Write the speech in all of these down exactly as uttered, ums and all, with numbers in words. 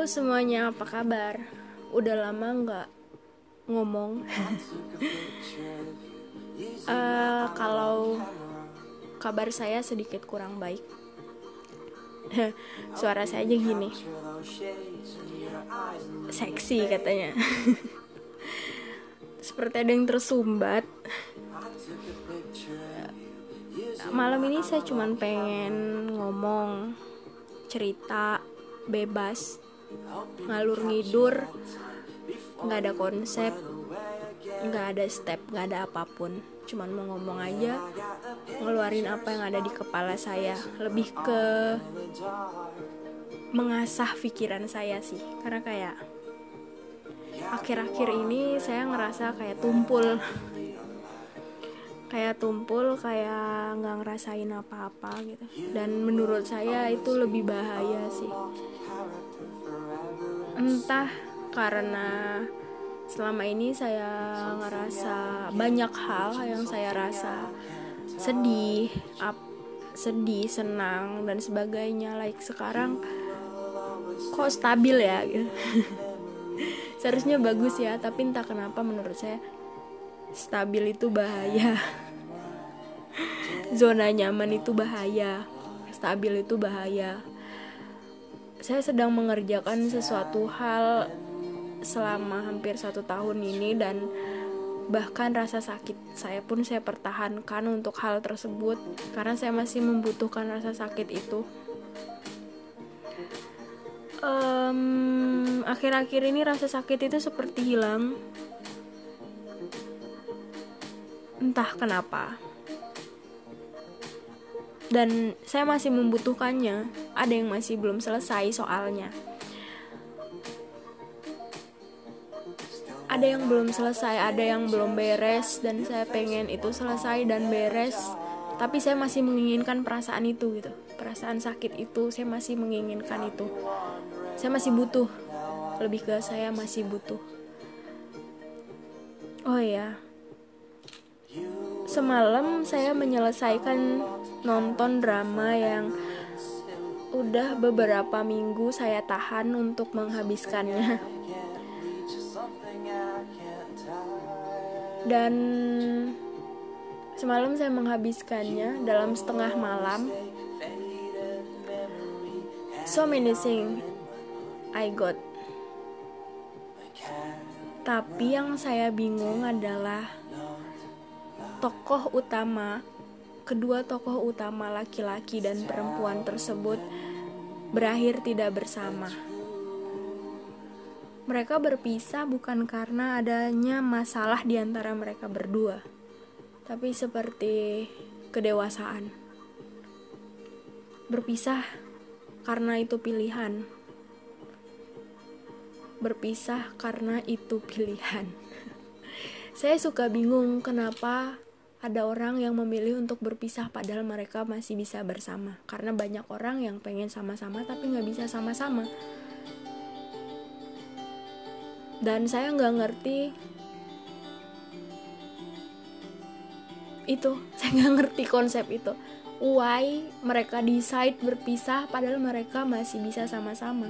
Halo semuanya, apa kabar? Udah lama nggak ngomong. uh, Kalau kabar saya sedikit kurang baik. Suara saya aja gini, seksi katanya. Seperti ada yang tersumbat. Malam ini saya cuman pengen ngomong, cerita bebas, ngalur ngidur, nggak ada konsep, nggak ada step, nggak ada apapun. Cuman mau ngomong aja, ngeluarin apa yang ada di kepala saya. Lebih ke mengasah pikiran saya sih, karena kayak akhir-akhir ini saya ngerasa kayak tumpul kayak tumpul kayak nggak ngerasain apa-apa gitu. Dan menurut saya itu lebih bahaya sih. Entah karena selama ini saya ngerasa banyak hal yang saya rasa sedih, up, sedih, senang dan sebagainya. Like sekarang kok stabil ya gitu. Seharusnya bagus ya, tapi entah kenapa menurut saya stabil itu bahaya. Zona nyaman itu bahaya. Stabil itu bahaya. Saya sedang mengerjakan sesuatu hal selama hampir satu tahun ini, dan bahkan rasa sakit saya pun saya pertahankan untuk hal tersebut karena saya masih membutuhkan rasa sakit itu. Um, akhir-akhir ini rasa sakit itu seperti hilang. Entah kenapa. Dan saya masih membutuhkannya. Ada yang masih belum selesai soalnya. Ada yang belum selesai, ada yang belum beres, dan saya pengen itu selesai dan beres. Tapi saya masih menginginkan perasaan itu gitu. Perasaan sakit itu, saya masih menginginkan itu. Saya masih butuh. Lebih ke saya masih butuh. Oh iya. Semalam saya menyelesaikan nonton drama yang udah beberapa minggu saya tahan untuk menghabiskannya. Dan semalam saya menghabiskannya dalam setengah malam. So many things I got. Tapi yang saya bingung adalah tokoh utama, kedua tokoh utama laki-laki dan perempuan tersebut berakhir tidak bersama. Mereka berpisah bukan karena adanya masalah di antara mereka berdua, tapi seperti kedewasaan. Berpisah karena itu pilihan. Berpisah karena itu pilihan. Saya suka bingung kenapa ada orang yang memilih untuk berpisah padahal mereka masih bisa bersama. Karena banyak orang yang pengen sama-sama tapi gak bisa sama-sama. Dan saya gak ngerti itu. Saya gak ngerti konsep itu. Why mereka decide berpisah padahal mereka masih bisa sama-sama.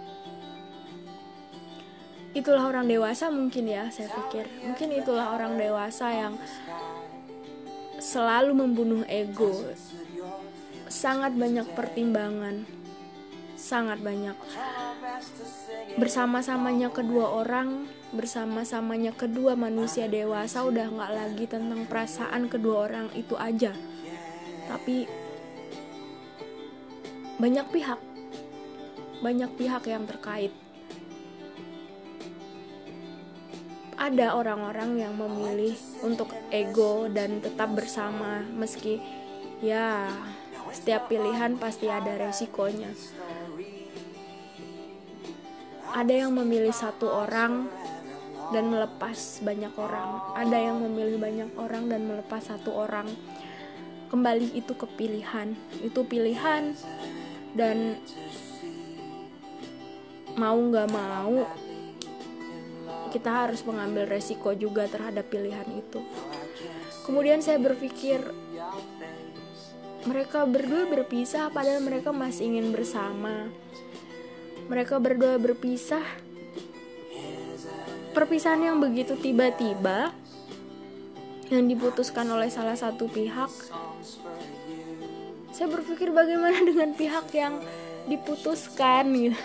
Itulah orang dewasa mungkin ya, saya pikir. Mungkin itulah orang dewasa yang selalu membunuh ego. Sangat banyak pertimbangan. Sangat banyak. Bersama-samanya kedua orang, bersama-samanya kedua manusia dewasa udah gak lagi tentang perasaan kedua orang itu aja. Tapi banyak pihak. Banyak pihak yang terkait. Ada orang-orang yang memilih untuk ego dan tetap bersama meski ya setiap pilihan pasti ada resikonya. Ada yang memilih satu orang dan melepas banyak orang. Ada yang memilih banyak orang dan melepas satu orang. Kembali itu ke pilihan. Itu pilihan, dan mau gak mau kita harus mengambil resiko juga terhadap pilihan itu. Kemudian saya berpikir, mereka berdua berpisah padahal mereka masih ingin bersama. mereka berdua berpisah. Perpisahan yang begitu tiba-tiba, yang diputuskan oleh salah satu pihak. Saya berpikir bagaimana dengan pihak yang diputuskan gitu.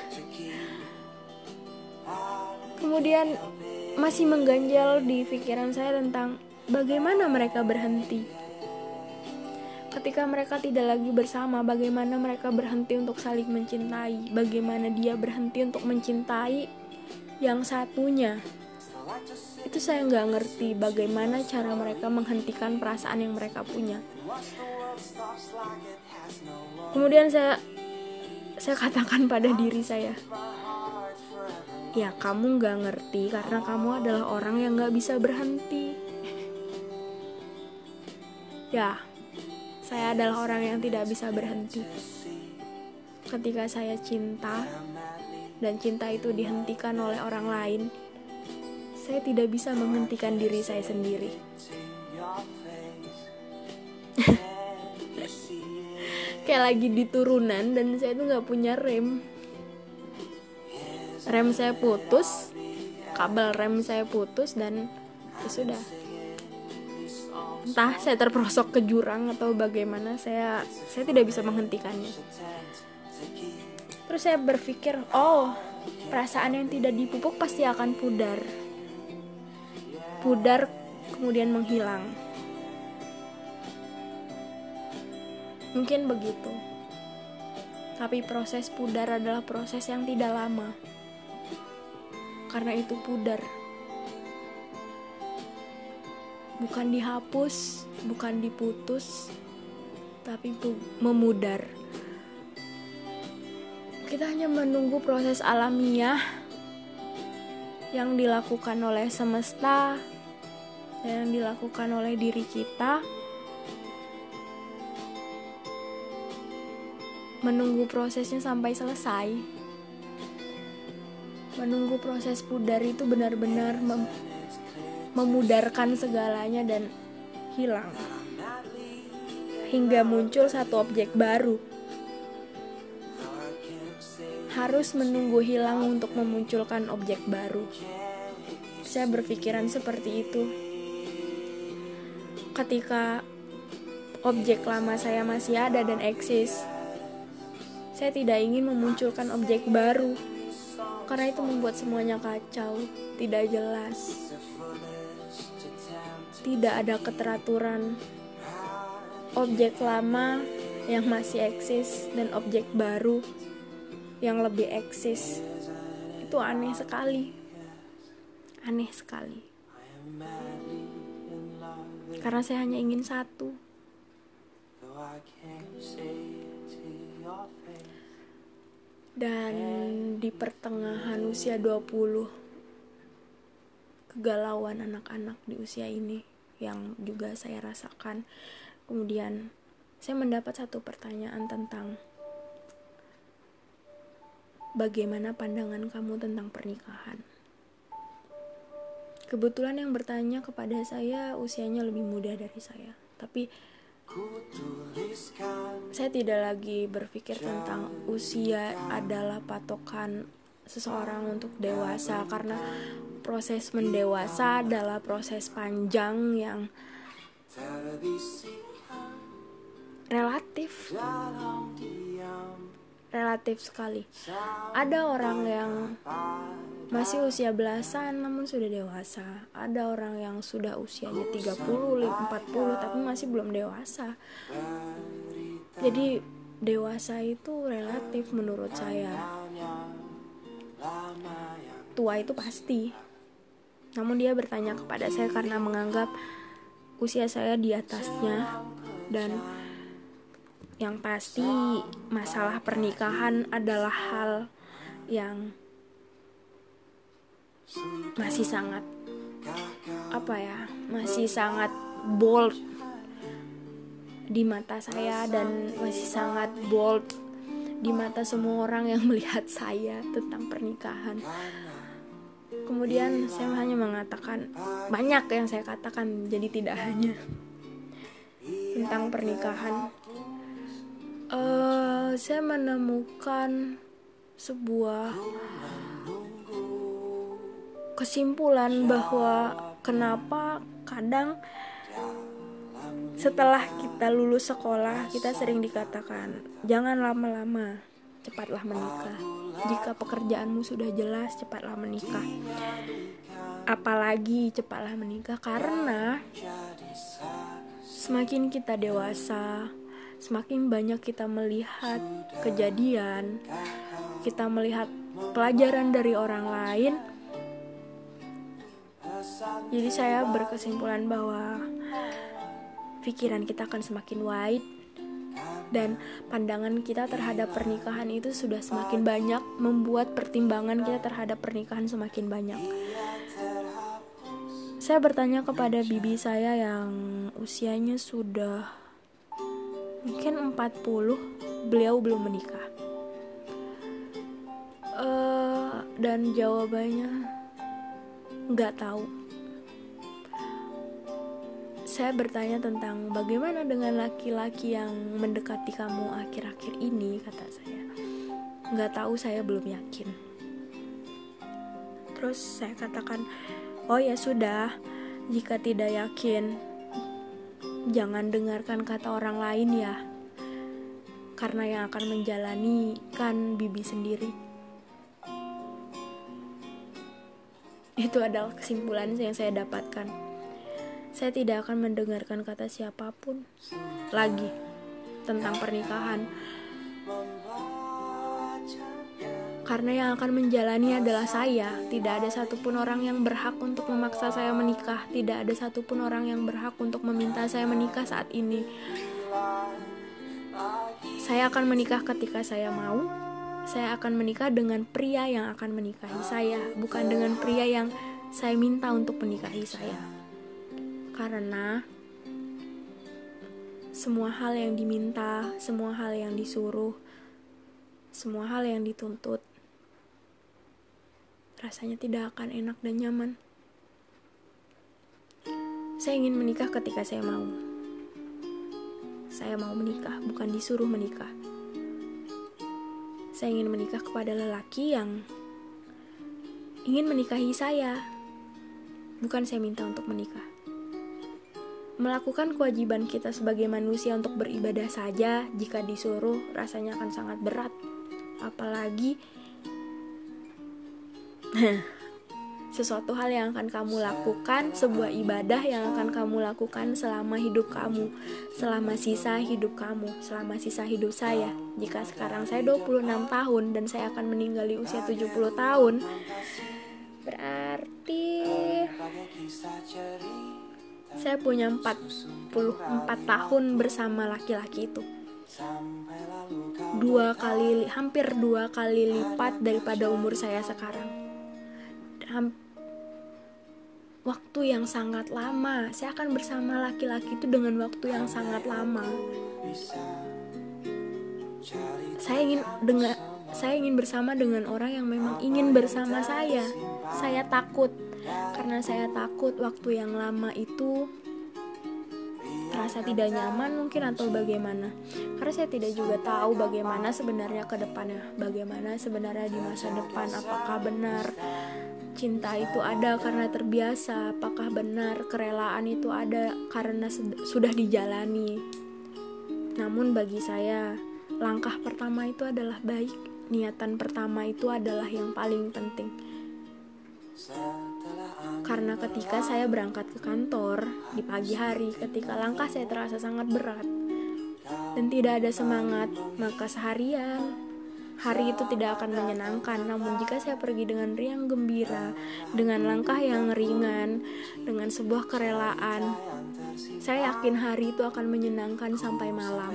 Kemudian masih mengganjal di pikiran saya tentang bagaimana mereka berhenti. Ketika mereka tidak lagi bersama, bagaimana mereka berhenti untuk saling mencintai, bagaimana dia berhenti untuk mencintai yang satunya. Itu saya nggak ngerti bagaimana cara mereka menghentikan perasaan yang mereka punya. Kemudian saya saya katakan pada diri saya, ya kamu nggak ngerti karena kamu adalah orang yang nggak bisa berhenti. Ya, saya adalah orang yang tidak bisa berhenti. Ketika saya cinta dan cinta itu dihentikan oleh orang lain, saya tidak bisa menghentikan diri saya sendiri. Kayak lagi di turunan dan saya tuh gak punya rem. Rem saya putus, kabel rem saya putus dan ya sudah. Entah saya terperosok ke jurang atau bagaimana, saya saya tidak bisa menghentikannya. Terus saya berpikir, oh, perasaan yang tidak dipupuk pasti akan pudar. Pudar kemudian menghilang. Mungkin begitu. Tapi proses pudar adalah proses yang tidak lama. Karena itu pudar. Bukan dihapus, bukan diputus, tapi pu- memudar. Kita hanya menunggu proses alamiah yang dilakukan oleh semesta, yang dilakukan oleh diri kita. Menunggu prosesnya sampai selesai. Menunggu proses pudar itu benar-benar mem- memudarkan segalanya dan hilang. Hingga muncul satu objek baru. Harus menunggu hilang untuk memunculkan objek baru. Saya berpikiran seperti itu. Ketika objek lama saya masih ada dan eksis, saya tidak ingin memunculkan objek baru. Karena itu membuat semuanya kacau, tidak jelas. Tidak ada keteraturan. Objek lama yang masih eksis dan objek baru yang lebih eksis. Itu aneh sekali. Aneh sekali. Karena saya hanya ingin satu. Dan di pertengahan usia dua puluh, kegalauan anak-anak di usia ini yang juga saya rasakan. Kemudian saya mendapat satu pertanyaan tentang bagaimana pandangan kamu tentang pernikahan. Kebetulan yang bertanya kepada saya usianya lebih muda dari saya, tapi saya tidak lagi berpikir tentang usia adalah patokan seseorang untuk dewasa, karena proses mendewasa adalah proses panjang yang relatif relatif sekali. Ada orang yang masih usia belasan namun sudah dewasa. Ada orang yang sudah usianya tiga puluh, empat puluh tapi masih belum dewasa. Jadi dewasa itu relatif menurut saya. Tua itu pasti. Namun dia bertanya kepada saya karena menganggap usia saya di atasnya, dan yang pasti masalah pernikahan adalah hal yang masih sangat apa ya, masih sangat bold di mata saya dan masih sangat bold di mata semua orang yang melihat saya tentang pernikahan. Kemudian saya hanya mengatakan, banyak yang saya katakan, jadi tidak hanya tentang pernikahan. Uh, saya menemukan sebuah kesimpulan bahwa kenapa kadang setelah kita lulus sekolah kita sering dikatakan jangan lama-lama, cepatlah menikah. Jika pekerjaanmu sudah jelas, cepatlah menikah. Apalagi cepatlah menikah, karena semakin kita dewasa, semakin banyak kita melihat kejadian, kita melihat pelajaran dari orang lain. Jadi saya berkesimpulan bahwa pikiran kita akan semakin wide dan pandangan kita terhadap pernikahan itu sudah semakin banyak, membuat pertimbangan kita terhadap pernikahan semakin banyak. Saya bertanya kepada bibi saya yang usianya sudah mungkin empat puluh, beliau belum menikah. Uh, dan jawabannya nggak tahu. Saya bertanya tentang bagaimana dengan laki-laki yang mendekati kamu akhir-akhir ini, kata saya. Nggak tahu, saya belum yakin. Terus saya katakan, oh ya sudah, jika tidak yakin, jangan dengarkan kata orang lain ya. Karena yang akan menjalani kan bibi sendiri. Itu adalah kesimpulan yang saya dapatkan. Saya tidak akan mendengarkan kata siapapun lagi tentang pernikahan. Karena yang akan menjalani adalah saya. Tidak ada satupun orang yang berhak untuk memaksa saya menikah. Tidak ada satupun orang yang berhak untuk meminta saya menikah saat ini. Saya akan menikah ketika saya mau. Saya akan menikah dengan pria yang akan menikahi saya, bukan dengan pria yang saya minta untuk menikahi saya. Karena semua hal yang diminta, semua hal yang disuruh, semua hal yang dituntut, rasanya tidak akan enak dan nyaman. Saya ingin menikah ketika saya mau. Saya mau menikah, bukan disuruh menikah. Saya ingin menikah kepada lelaki yang ingin menikahi saya, bukan saya minta untuk menikah. Melakukan kewajiban kita sebagai manusia untuk beribadah saja, jika disuruh rasanya akan sangat berat. Apalagi sesuatu hal yang akan kamu lakukan, sebuah ibadah yang akan kamu lakukan selama hidup kamu, selama sisa hidup kamu, selama sisa hidup saya. Jika sekarang saya dua puluh enam tahun dan saya akan meninggal di usia tujuh puluh tahun, berarti saya punya empat puluh empat tahun bersama laki-laki itu. Dua kali, hampir dua kali lipat daripada umur saya sekarang. Ham- waktu yang sangat lama. Saya akan bersama laki-laki itu dengan waktu yang sangat lama. Saya ingin dengan saya ingin bersama dengan orang yang memang ingin bersama saya. Saya takut, karena saya takut waktu yang lama itu terasa tidak nyaman mungkin atau bagaimana. Karena saya tidak juga tahu bagaimana sebenarnya ke depannya, bagaimana sebenarnya di masa depan. Apakah benar cinta itu ada karena terbiasa? Apakah benar kerelaan itu ada karena sudah dijalani? Namun bagi saya, langkah pertama itu adalah baik. Niatan pertama itu adalah yang paling penting. Karena ketika saya berangkat ke kantor di pagi hari, ketika langkah saya terasa sangat berat dan tidak ada semangat, maka seharian hari itu tidak akan menyenangkan. Namun jika saya pergi dengan riang gembira, dengan langkah yang ringan, dengan sebuah kerelaan, saya yakin hari itu akan menyenangkan sampai malam.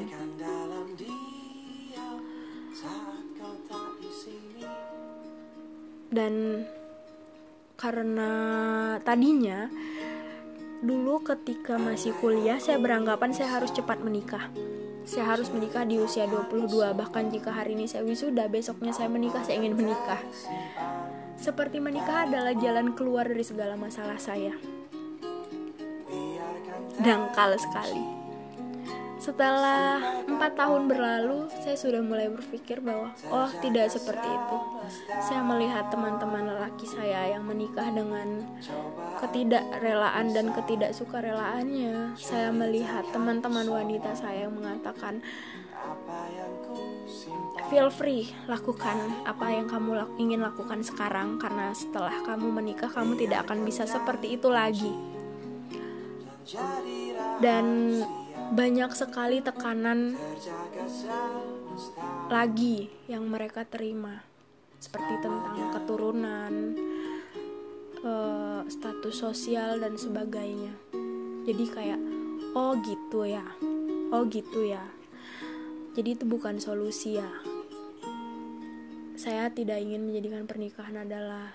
Dan karena tadinya dulu ketika masih kuliah saya beranggapan saya harus cepat menikah. Saya harus menikah di usia dua puluh dua. Bahkan jika hari ini saya wisuda, besoknya saya menikah, saya ingin menikah. Seperti menikah adalah jalan keluar dari segala masalah saya. Dangkal sekali. Setelah empat tahun berlalu, saya sudah mulai berpikir bahwa oh, tidak seperti itu. Saya melihat teman-teman lelaki saya yang menikah dengan ketidakrelaan dan ketidaksukarelaannya. Saya melihat teman-teman wanita saya yang mengatakan, feel free, lakukan apa yang kamu ingin lakukan sekarang, karena setelah kamu menikah kamu tidak akan bisa seperti itu lagi. Dan banyak sekali tekanan lagi yang mereka terima, seperti tentang keturunan, uh, status sosial dan sebagainya. Jadi kayak oh gitu ya, oh gitu ya. Jadi itu bukan solusi ya. Saya tidak ingin menjadikan pernikahan adalah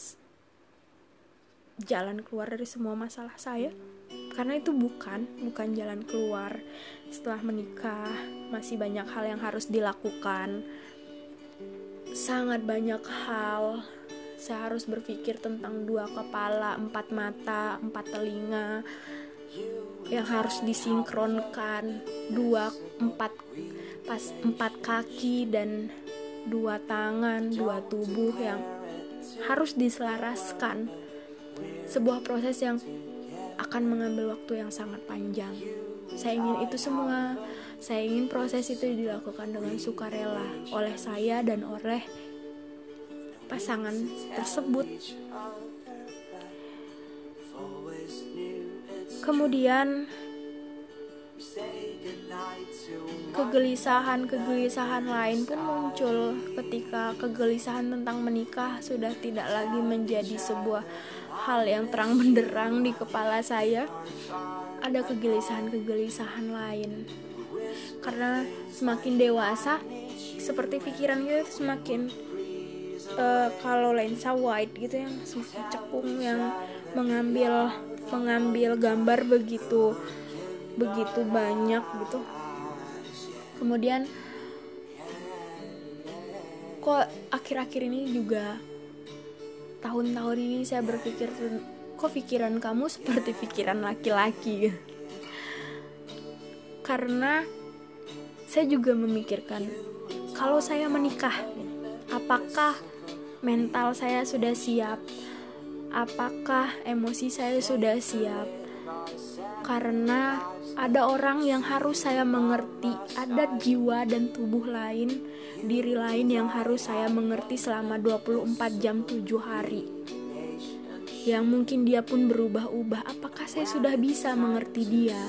jalan keluar dari semua masalah saya, karena itu bukan bukan jalan keluar. Setelah menikah masih banyak hal yang harus dilakukan, sangat banyak hal. Saya harus berpikir tentang dua kepala, empat mata, empat telinga yang harus disinkronkan, dua empat pas empat kaki dan dua tangan, dua tubuh yang harus diselaraskan. Sebuah proses yang akan mengambil waktu yang sangat panjang. Saya ingin itu semua. Saya ingin proses itu dilakukan dengan sukarela oleh saya dan oleh pasangan tersebut. Kemudian kegelisahan-kegelisahan lain pun muncul ketika kegelisahan tentang menikah sudah tidak lagi menjadi sebuah hal yang terang benderang di kepala saya. Ada kegelisahan-kegelisahan lain karena semakin dewasa, seperti pikiran kita semakin uh, kalau lensa wide gitu, yang semakin cekung, yang mengambil mengambil gambar begitu begitu banyak gitu. Kemudian kok akhir-akhir ini juga, tahun-tahun ini saya berpikir, kok pikiran kamu seperti pikiran laki-laki. Karena saya juga memikirkan, kalau saya menikah, apakah mental saya sudah siap? Apakah emosi saya sudah siap? Karena ada orang yang harus saya mengerti, ada jiwa dan tubuh lain, diri lain yang harus saya mengerti selama dua puluh empat jam tujuh hari. Yang mungkin dia pun berubah-ubah. Apakah saya sudah bisa mengerti dia?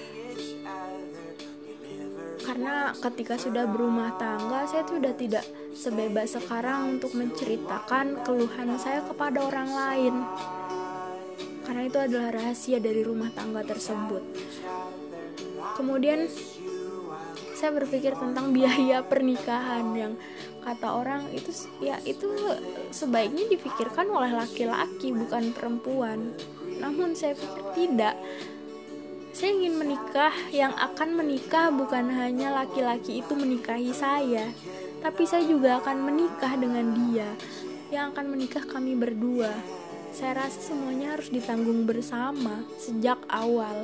Karena ketika sudah berumah tangga, saya sudah tidak sebebas sekarang untuk menceritakan keluhan saya kepada orang lain. Karena itu adalah rahasia dari rumah tangga tersebut. Kemudian saya berpikir tentang biaya pernikahan yang kata orang itu ya itu sebaiknya dipikirkan oleh laki-laki bukan perempuan. Namun saya pikir tidak. Saya ingin menikah, yang akan menikah bukan hanya laki-laki itu menikahi saya, tapi saya juga akan menikah dengan dia. Yang akan menikah kami berdua. Saya rasa semuanya harus ditanggung bersama sejak awal.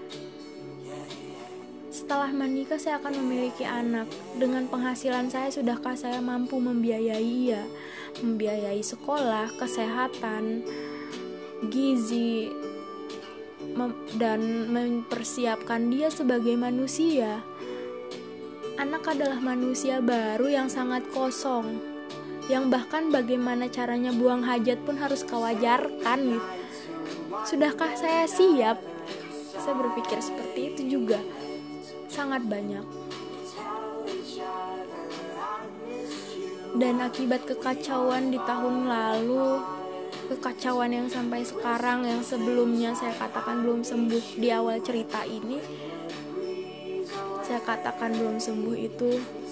Setelah menikah saya akan memiliki anak. Dengan penghasilan saya, sudahkah saya mampu membiayai ia? Membiayai sekolah, kesehatan, gizi, mem- dan mempersiapkan dia sebagai manusia. Anak adalah manusia baru yang sangat kosong, yang bahkan bagaimana caranya buang hajat pun harus kewajarkan gitu. Sudahkah saya siap? Saya berpikir seperti itu juga. Sangat banyak. Dan akibat kekacauan di tahun lalu, kekacauan yang sampai sekarang, yang sebelumnya saya katakan belum sembuh di awal cerita ini, saya katakan belum sembuh itu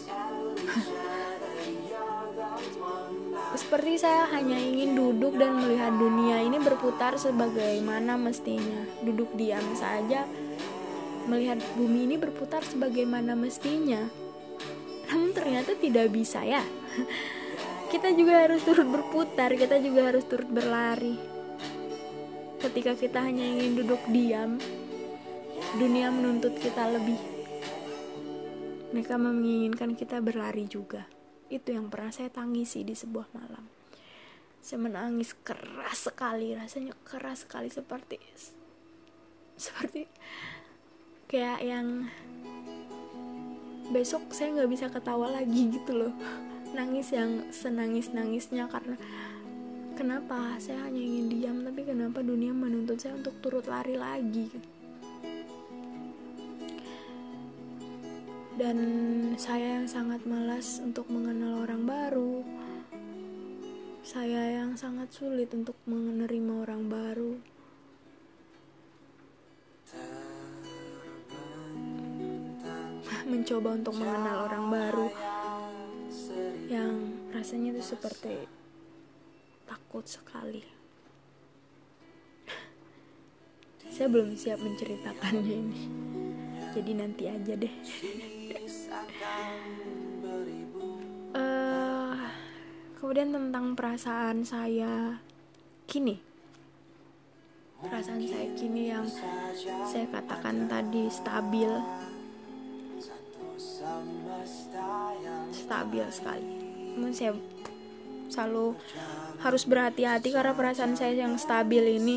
seperti saya hanya ingin duduk dan melihat dunia ini berputar sebagaimana mestinya. Duduk diam saja, melihat bumi ini berputar sebagaimana mestinya. Namun ternyata tidak bisa ya. Kita juga harus turut berputar, kita juga harus turut berlari. Ketika kita hanya ingin duduk diam, dunia menuntut kita lebih. Mereka menginginkan kita berlari juga. Itu yang pernah saya tangisi di sebuah malam. Saya menangis keras sekali, rasanya keras sekali, seperti seperti kayak yang besok saya nggak bisa ketawa lagi gitu loh. Nangis yang senangis-nangisnya karena kenapa saya hanya ingin diam, tapi kenapa dunia menuntut saya untuk turut lari lagi gitu. Dan saya yang sangat malas untuk mengenal orang baru, saya yang sangat sulit untuk menerima orang baru. Mencoba untuk mengenal orang baru yang rasanya itu seperti takut sekali. Saya belum siap menceritakannya ini, jadi nanti aja deh. uh, Kemudian tentang perasaan saya kini, perasaan saya kini yang saya katakan tadi stabil, stabil sekali. Namun saya selalu harus berhati-hati karena perasaan saya yang stabil ini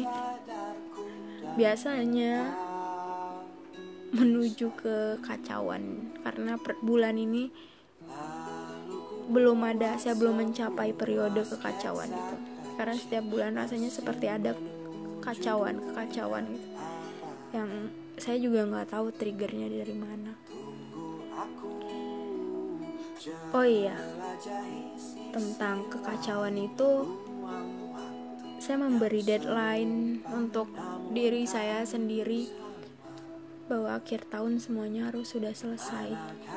biasanya menuju ke kacauan, karena per bulan ini belum ada, saya belum mencapai periode kekacauan itu, karena setiap bulan rasanya seperti ada kacauan kekacauan gitu, yang saya juga nggak tahu triggernya dari mana. Oh iya, tentang kekacauan itu saya memberi deadline untuk diri saya sendiri bahwa akhir tahun semuanya harus sudah selesai.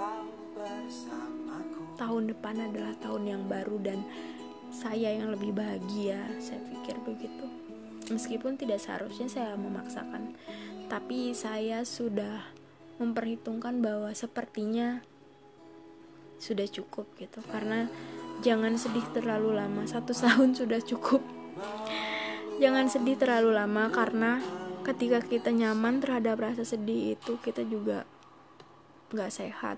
Tahun depan adalah tahun yang baru dan saya yang lebih bahagia, saya pikir begitu. Meskipun tidak seharusnya saya memaksakan, tapi saya sudah memperhitungkan bahwa sepertinya sudah cukup gitu. Karena jangan sedih terlalu lama, satu tahun sudah cukup. Jangan sedih terlalu lama, karena ketika kita nyaman terhadap rasa sedih itu, kita juga gak sehat.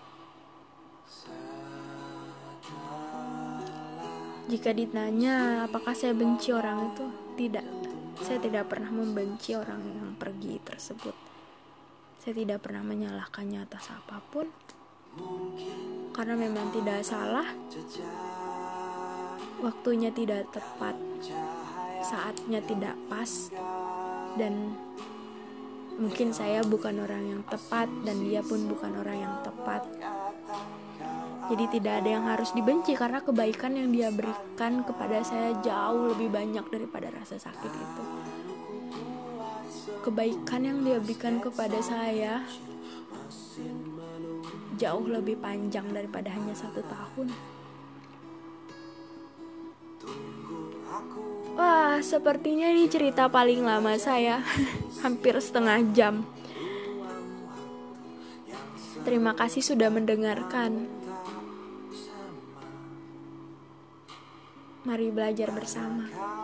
Jika ditanya apakah saya benci orang itu, tidak. Saya tidak pernah membenci orang yang pergi tersebut. Saya tidak pernah menyalahkannya atas apapun, karena memang tidak salah, waktunya tidak tepat, saatnya tidak pas, dan mungkin saya bukan orang yang tepat dan dia pun bukan orang yang tepat. Jadi tidak ada yang harus dibenci, karena kebaikan yang dia berikan kepada saya jauh lebih banyak daripada rasa sakit itu. Kebaikan yang dia berikan kepada saya jauh lebih panjang daripada hanya satu tahun. Wah, sepertinya ini cerita paling lama saya. Hampir setengah jam. Terima kasih sudah mendengarkan. Mari belajar bersama.